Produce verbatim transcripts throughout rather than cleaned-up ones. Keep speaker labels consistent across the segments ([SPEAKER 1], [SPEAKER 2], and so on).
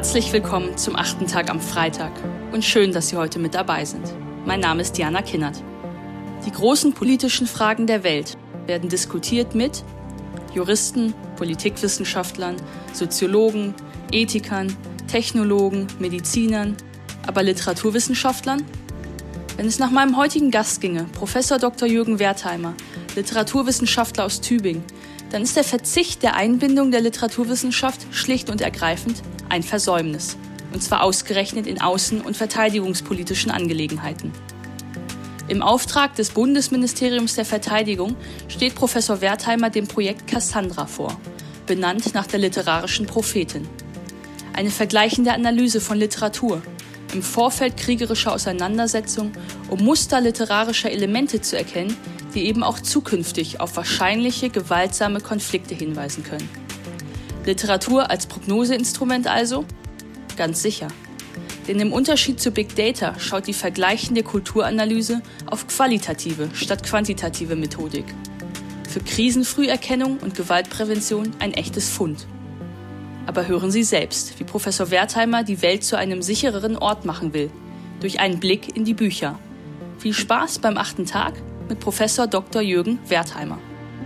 [SPEAKER 1] Herzlich willkommen zum achten Tag am Freitag und schön, dass Sie heute mit dabei sind. Mein Name ist Diana Kinnert. Die großen politischen Fragen der Welt werden diskutiert mit Juristen, Politikwissenschaftlern, Soziologen, Ethikern, Technologen, Medizinern, aber Literaturwissenschaftlern? Wenn es nach meinem heutigen Gast ginge, Professor Doktor Jürgen Wertheimer, Literaturwissenschaftler aus Tübingen, dann ist der Verzicht der Einbindung der Literaturwissenschaft schlicht und ergreifend ein Versäumnis, und zwar ausgerechnet in außen- und verteidigungspolitischen Angelegenheiten. Im Auftrag des Bundesministeriums der Verteidigung steht Professor Wertheimer dem Projekt Cassandra vor, benannt nach der literarischen Prophetin. Eine vergleichende Analyse von Literatur im Vorfeld kriegerischer Auseinandersetzungen, um Muster literarischer Elemente zu erkennen, die eben auch zukünftig auf wahrscheinliche gewaltsame Konflikte hinweisen können. Literatur als Prognoseinstrument also? Ganz sicher. Denn im Unterschied zu Big Data schaut die vergleichende Kulturanalyse auf qualitative statt quantitative Methodik. Für Krisenfrüherkennung und Gewaltprävention ein echtes Fund. Aber hören Sie selbst, wie Professor Wertheimer die Welt zu einem sichereren Ort machen will, durch einen Blick in die Bücher. Viel Spaß beim achten Tag mit Professor Doktor Jürgen Wertheimer.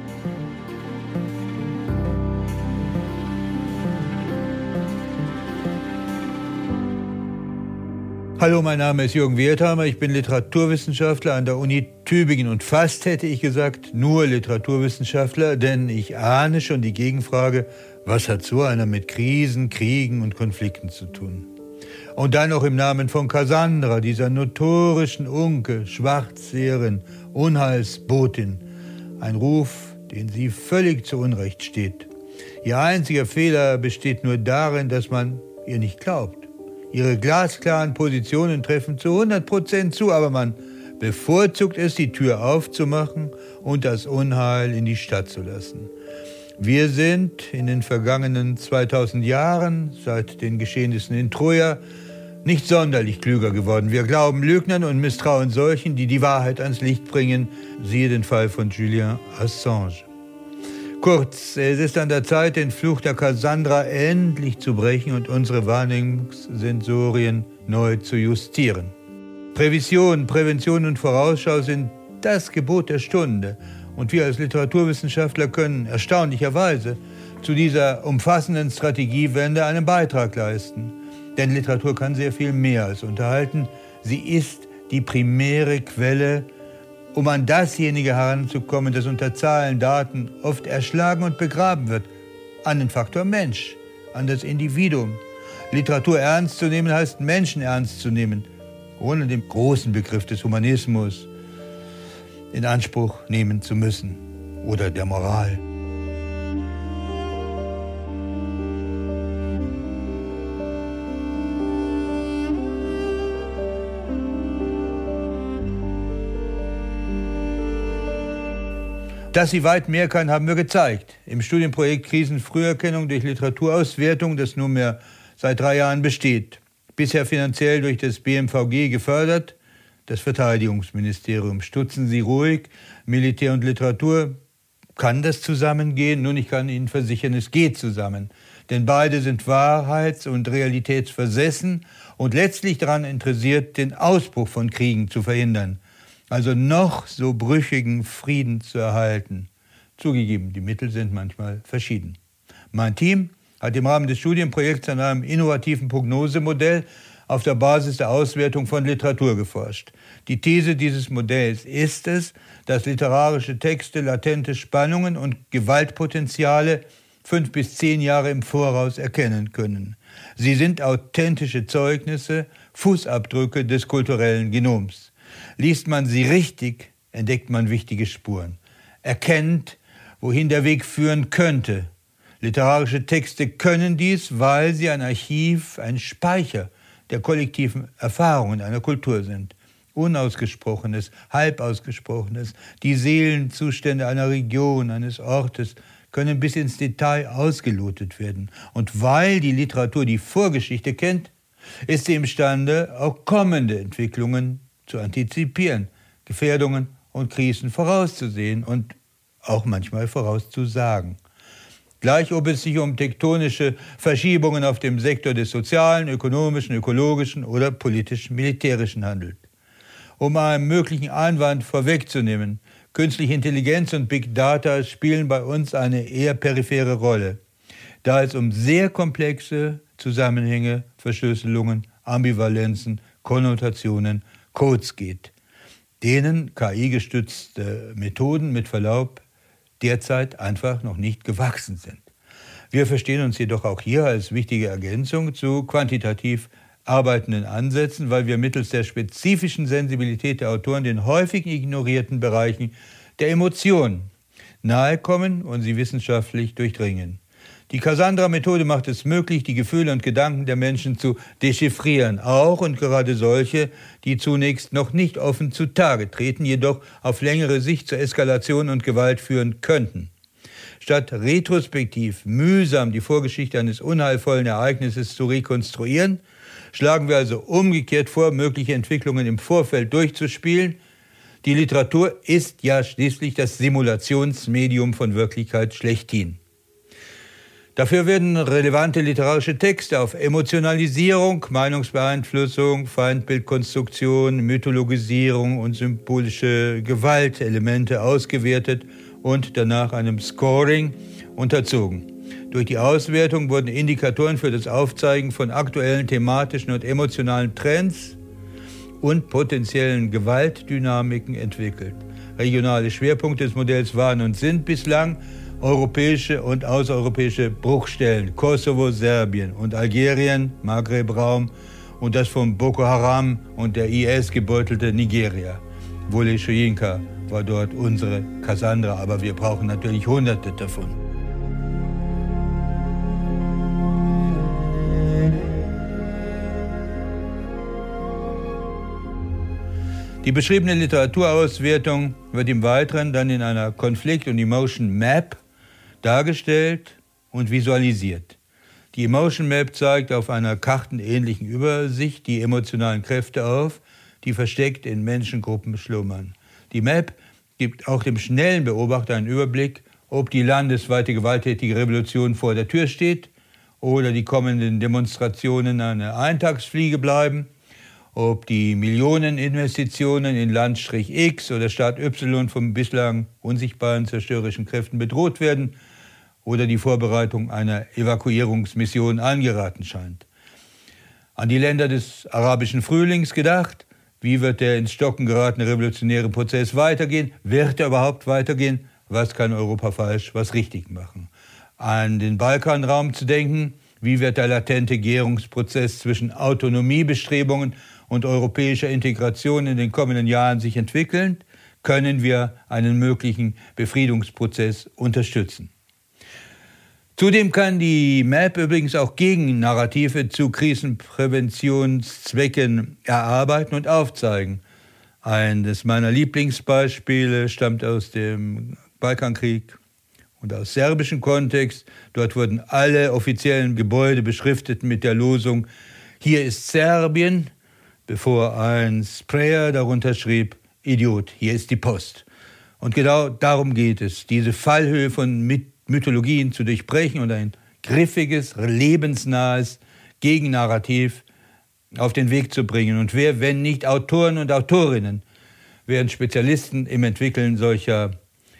[SPEAKER 2] Hallo, mein Name ist Jürgen Wertheimer, ich bin Literaturwissenschaftler an der Uni Tübingen und fast hätte ich gesagt, nur Literaturwissenschaftler, denn ich ahne schon die Gegenfrage, was hat so einer mit Krisen, Kriegen und Konflikten zu tun? Und dann noch im Namen von Cassandra, dieser notorischen Unke, Schwarzseherin, Unheilsbotin, ein Ruf, den sie völlig zu Unrecht steht. Ihr einziger Fehler besteht nur darin, dass man ihr nicht glaubt. Ihre glasklaren Positionen treffen zu hundert Prozent zu, aber man bevorzugt es, die Tür aufzumachen und das Unheil in die Stadt zu lassen. Wir sind in den vergangenen zweitausend Jahren, seit den Geschehnissen in Troja, nicht sonderlich klüger geworden. Wir glauben Lügnern und misstrauen solchen, die die Wahrheit ans Licht bringen. Siehe den Fall von Julian Assange. Kurz, es ist an der Zeit, den Fluch der Cassandra endlich zu brechen und unsere Wahrnehmungssensorien neu zu justieren. Prävision, Prävention und Vorausschau sind das Gebot der Stunde. Und wir als Literaturwissenschaftler können erstaunlicherweise zu dieser umfassenden Strategiewende einen Beitrag leisten. Denn Literatur kann sehr viel mehr als unterhalten. Sie ist die primäre Quelle, um an dasjenige heranzukommen, das unter Zahlen, Daten oft erschlagen und begraben wird, an den Faktor Mensch, an das Individuum. Literatur ernst zu nehmen heißt, Menschen ernst zu nehmen, ohne den großen Begriff des Humanismus in Anspruch nehmen zu müssen oder der Moral. Dass sie weit mehr kann, haben wir gezeigt. Im Studienprojekt Krisenfrüherkennung durch Literaturauswertung, das nunmehr seit drei Jahren besteht. Bisher finanziell durch das B M V G gefördert, das Verteidigungsministerium. Stutzen Sie ruhig, Militär und Literatur, kann das zusammengehen? Nun, ich kann Ihnen versichern, es geht zusammen. Denn beide sind wahrheits- und realitätsversessen und letztlich daran interessiert, den Ausbruch von Kriegen zu verhindern. Also noch so brüchigen Frieden zu erhalten. Zugegeben, die Mittel sind manchmal verschieden. Mein Team hat im Rahmen des Studienprojekts an einem innovativen Prognosemodell auf der Basis der Auswertung von Literatur geforscht. Die These dieses Modells ist es, dass literarische Texte latente Spannungen und Gewaltpotenziale fünf bis zehn Jahre im Voraus erkennen können. Sie sind authentische Zeugnisse, Fußabdrücke des kulturellen Genoms. Liest man sie richtig, entdeckt man wichtige Spuren, erkennt, wohin der Weg führen könnte. Literarische Texte können dies, weil sie ein Archiv, ein Speicher der kollektiven Erfahrungen einer Kultur sind. Unausgesprochenes, Halbausgesprochenes, die Seelenzustände einer Region, eines Ortes können bis ins Detail ausgelotet werden. Und weil die Literatur die Vorgeschichte kennt, ist sie imstande, auch kommende Entwicklungen zu antizipieren, Gefährdungen und Krisen vorauszusehen und auch manchmal vorauszusagen. Gleich ob es sich um tektonische Verschiebungen auf dem Sektor des sozialen, ökonomischen, ökologischen oder politisch-militärischen handelt. Um einen möglichen Einwand vorwegzunehmen, künstliche Intelligenz und Big Data spielen bei uns eine eher periphere Rolle, da es um sehr komplexe Zusammenhänge, Verschlüsselungen, Ambivalenzen, Konnotationen, Codes geht, denen K I-gestützte Methoden mit Verlaub derzeit einfach noch nicht gewachsen sind. Wir verstehen uns jedoch auch hier als wichtige Ergänzung zu quantitativ arbeitenden Ansätzen, weil wir mittels der spezifischen Sensibilität der Autoren den häufig ignorierten Bereichen der Emotionen nahekommen und sie wissenschaftlich durchdringen. Die Cassandra-Methode macht es möglich, die Gefühle und Gedanken der Menschen zu dechiffrieren, auch und gerade solche, die zunächst noch nicht offen zutage treten, jedoch auf längere Sicht zur Eskalation und Gewalt führen könnten. Statt retrospektiv mühsam die Vorgeschichte eines unheilvollen Ereignisses zu rekonstruieren, schlagen wir also umgekehrt vor, mögliche Entwicklungen im Vorfeld durchzuspielen. Die Literatur ist ja schließlich das Simulationsmedium von Wirklichkeit schlechthin. Dafür werden relevante literarische Texte auf Emotionalisierung, Meinungsbeeinflussung, Feindbildkonstruktion, Mythologisierung und symbolische Gewaltelemente ausgewertet und danach einem Scoring unterzogen. Durch die Auswertung wurden Indikatoren für das Aufzeigen von aktuellen thematischen und emotionalen Trends und potenziellen Gewaltdynamiken entwickelt. Regionale Schwerpunkte des Modells waren und sind bislang europäische und außereuropäische Bruchstellen, Kosovo, Serbien und Algerien, Maghreb-Raum und das von Boko Haram und der I S gebeutelte Nigeria. Wole Soyinka war dort unsere Cassandra, aber wir brauchen natürlich Hunderte davon. Die beschriebene Literaturauswertung wird im Weiteren dann in einer Conflict- und Emotion Map dargestellt und visualisiert. Die Emotion Map zeigt auf einer kartenähnlichen Übersicht die emotionalen Kräfte auf, die versteckt in Menschengruppen schlummern. Die Map gibt auch dem schnellen Beobachter einen Überblick, ob die landesweite gewalttätige Revolution vor der Tür steht oder die kommenden Demonstrationen eine Eintagsfliege bleiben, ob die Millioneninvestitionen in Landstrich X oder Staat Y von bislang unsichtbaren zerstörerischen Kräften bedroht werden oder die Vorbereitung einer Evakuierungsmission angeraten scheint. An die Länder des arabischen Frühlings gedacht, wie wird der ins Stocken geratene revolutionäre Prozess weitergehen? Wird er überhaupt weitergehen? Was kann Europa falsch, was richtig machen? An den Balkanraum zu denken, wie wird der latente Gärungsprozess zwischen Autonomiebestrebungen und europäischer Integration in den kommenden Jahren sich entwickeln? Können wir einen möglichen Befriedungsprozess unterstützen? Zudem kann die Map übrigens auch Gegennarrative zu Krisenpräventionszwecken erarbeiten und aufzeigen. Eines meiner Lieblingsbeispiele stammt aus dem Balkankrieg und aus serbischem Kontext. Dort wurden alle offiziellen Gebäude beschriftet mit der Losung „Hier ist Serbien", bevor ein Sprayer darunter schrieb „Idiot, hier ist die Post". Und genau darum geht es, diese Fallhöhe von Mythologien zu durchbrechen und ein griffiges, lebensnahes Gegennarrativ auf den Weg zu bringen. Und wer, wenn nicht Autoren und Autorinnen, wären Spezialisten im Entwickeln solcher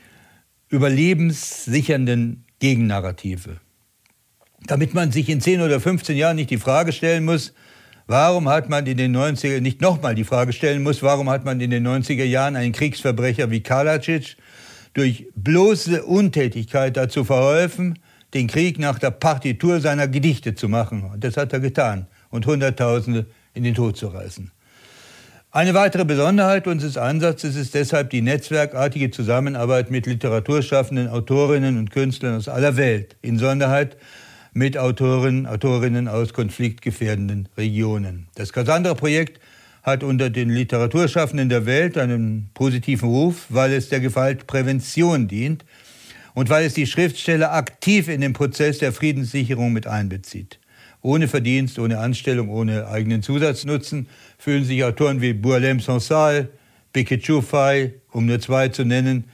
[SPEAKER 2] überlebenssichernden Gegennarrative. Damit man sich in zehn oder fünfzehn Jahren nicht die Frage stellen muss, warum hat man in den neunziger, nicht nochmal die Frage stellen muss, warum hat man in den neunziger Jahren einen Kriegsverbrecher wie Karadzic durch bloße Untätigkeit dazu verholfen, den Krieg nach der Partitur seiner Gedichte zu machen. Und das hat er getan und Hunderttausende in den Tod zu reißen. Eine weitere Besonderheit unseres Ansatzes ist deshalb die netzwerkartige Zusammenarbeit mit literaturschaffenden Autorinnen und Künstlern aus aller Welt, insonderheit mit Autoren, Autorinnen aus konfliktgefährdenden Regionen. Das Cassandra-Projekt hat unter den Literaturschaffenden der Welt einen positiven Ruf, weil es der Gewaltprävention dient und weil es die Schriftsteller aktiv in den Prozess der Friedenssicherung mit einbezieht. Ohne Verdienst, ohne Anstellung, ohne eigenen Zusatznutzen fühlen sich Autoren wie Boualem Sansal, Beketchou Faye, um nur zwei zu nennen,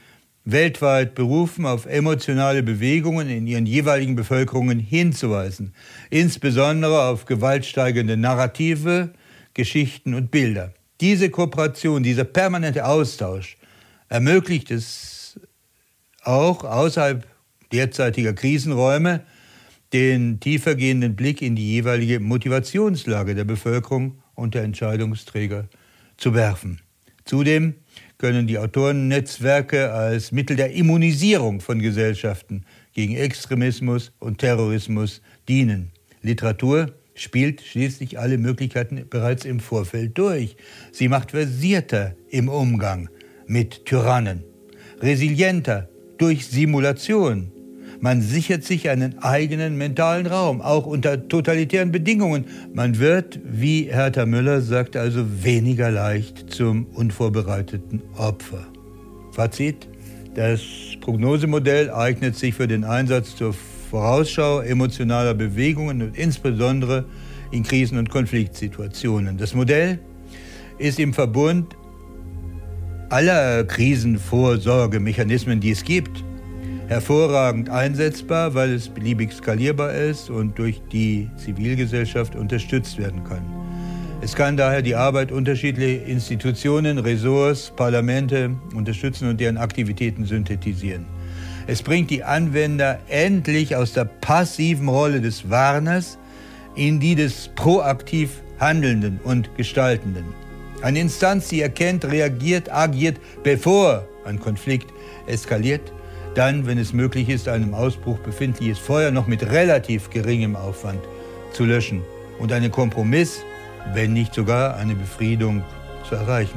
[SPEAKER 2] weltweit berufen, auf emotionale Bewegungen in ihren jeweiligen Bevölkerungen hinzuweisen, insbesondere auf gewaltsteigernde Narrative, Geschichten und Bilder. Diese Kooperation, dieser permanente Austausch ermöglicht es auch außerhalb derzeitiger Krisenräume, den tiefergehenden Blick in die jeweilige Motivationslage der Bevölkerung und der Entscheidungsträger zu werfen. Zudem können die Autorennetzwerke als Mittel der Immunisierung von Gesellschaften gegen Extremismus und Terrorismus dienen. Literatur spielt schließlich alle Möglichkeiten bereits im Vorfeld durch. Sie macht versierter im Umgang mit Tyrannen, resilienter durch Simulation. Man sichert sich einen eigenen mentalen Raum, auch unter totalitären Bedingungen. Man wird, wie Hertha Müller sagt, also weniger leicht zum unvorbereiteten Opfer. Fazit: Das Prognosemodell eignet sich für den Einsatz zur Vorausschau emotionaler Bewegungen und insbesondere in Krisen- und Konfliktsituationen. Das Modell ist im Verbund aller Krisenvorsorgemechanismen, die es gibt, hervorragend einsetzbar, weil es beliebig skalierbar ist und durch die Zivilgesellschaft unterstützt werden kann. Es kann daher die Arbeit unterschiedlicher Institutionen, Ressorts, Parlamente unterstützen und deren Aktivitäten synthetisieren. Es bringt die Anwender endlich aus der passiven Rolle des Warners in die des proaktiv Handelnden und Gestaltenden. Eine Instanz, die erkennt, reagiert, agiert, bevor ein Konflikt eskaliert, dann, wenn es möglich ist, einem Ausbruch befindliches Feuer noch mit relativ geringem Aufwand zu löschen und einen Kompromiss, wenn nicht sogar eine Befriedung, zu erreichen.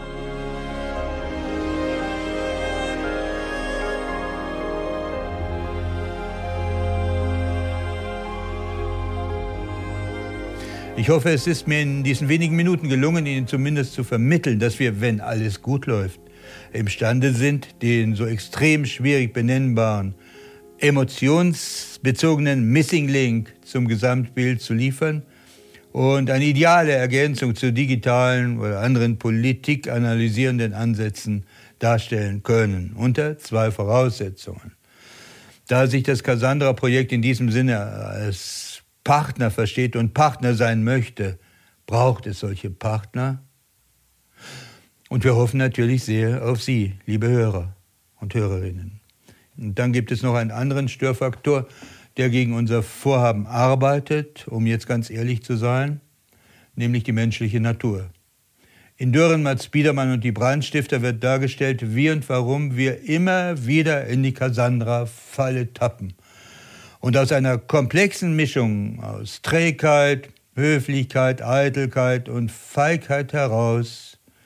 [SPEAKER 2] Ich hoffe, es ist mir in diesen wenigen Minuten gelungen, Ihnen zumindest zu vermitteln, dass wir, wenn alles gut läuft, imstande sind, den so extrem schwierig benennbaren, emotionsbezogenen Missing Link zum Gesamtbild zu liefern und eine ideale Ergänzung zu digitalen oder anderen politikanalysierenden Ansätzen darstellen können, unter zwei Voraussetzungen. Da sich das Cassandra-Projekt in diesem Sinne als Partner versteht und Partner sein möchte, braucht es solche Partner. Und wir hoffen natürlich sehr auf Sie, liebe Hörer und Hörerinnen. Und dann gibt es noch einen anderen Störfaktor, der gegen unser Vorhaben arbeitet, um jetzt ganz ehrlich zu sein, nämlich die menschliche Natur. In Dürrenmatt, Biedermann und die Brandstifter wird dargestellt, wie und warum wir immer wieder in die Cassandra-Falle tappen. Und aus einer komplexen Mischung aus Trägheit, Höflichkeit, Eitelkeit und Feigheit heraus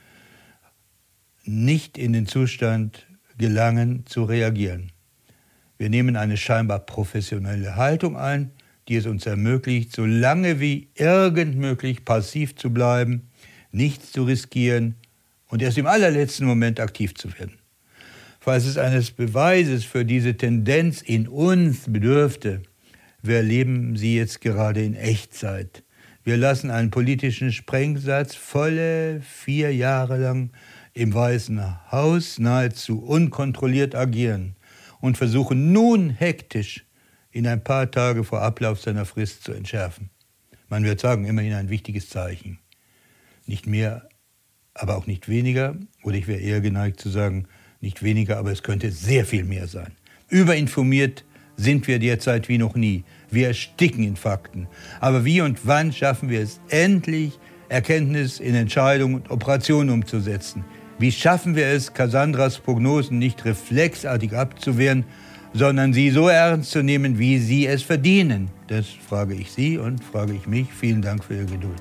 [SPEAKER 2] nicht in den Zustand gelangen, zu reagieren. Wir nehmen eine scheinbar professionelle Haltung ein, die es uns ermöglicht, so lange wie irgend möglich passiv zu bleiben, nichts zu riskieren und erst im allerletzten Moment aktiv zu werden. Falls es eines Beweises für diese Tendenz in uns bedürfte, wir erleben sie jetzt gerade in Echtzeit. Wir lassen einen politischen Sprengsatz volle vier Jahre lang im Weißen Haus nahezu unkontrolliert agieren und versuchen nun hektisch ihn ein paar Tage vor Ablauf seiner Frist zu entschärfen. Man wird sagen, immerhin ein wichtiges Zeichen. Nicht mehr, aber auch nicht weniger, oder ich wäre eher geneigt zu sagen, nicht weniger, aber es könnte sehr viel mehr sein. Überinformiert sind wir derzeit wie noch nie. Wir ersticken in Fakten. Aber wie und wann schaffen wir es endlich, Erkenntnis in Entscheidungen und Operationen umzusetzen? Wie schaffen wir es, Cassandras Prognosen nicht reflexartig abzuwehren, sondern sie so ernst zu nehmen, wie sie es verdienen? Das frage ich Sie und frage ich mich. Vielen Dank für Ihre Geduld.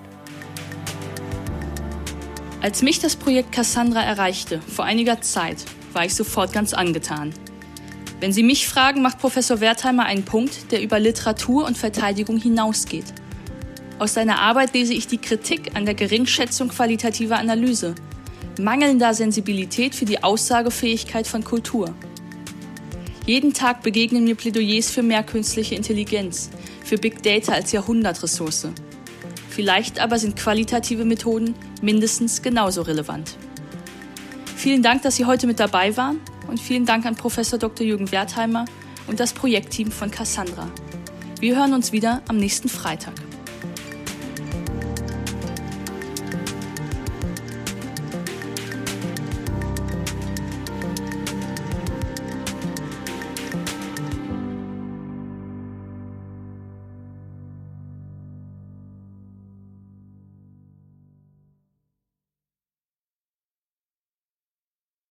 [SPEAKER 1] Als mich das Projekt Cassandra erreichte, vor einiger Zeit, war ich sofort ganz angetan. Wenn Sie mich fragen, macht Professor Wertheimer einen Punkt, der über Literatur und Verteidigung hinausgeht. Aus seiner Arbeit lese ich die Kritik an der Geringschätzung qualitativer Analyse, mangelnder Sensibilität für die Aussagefähigkeit von Kultur. Jeden Tag begegnen mir Plädoyers für mehr künstliche Intelligenz, für Big Data als Jahrhundertressource. Vielleicht aber sind qualitative Methoden mindestens genauso relevant. Vielen Dank, dass Sie heute mit dabei waren und vielen Dank an Professor Doktor Jürgen Wertheimer und das Projektteam von Cassandra. Wir hören uns wieder am nächsten Freitag.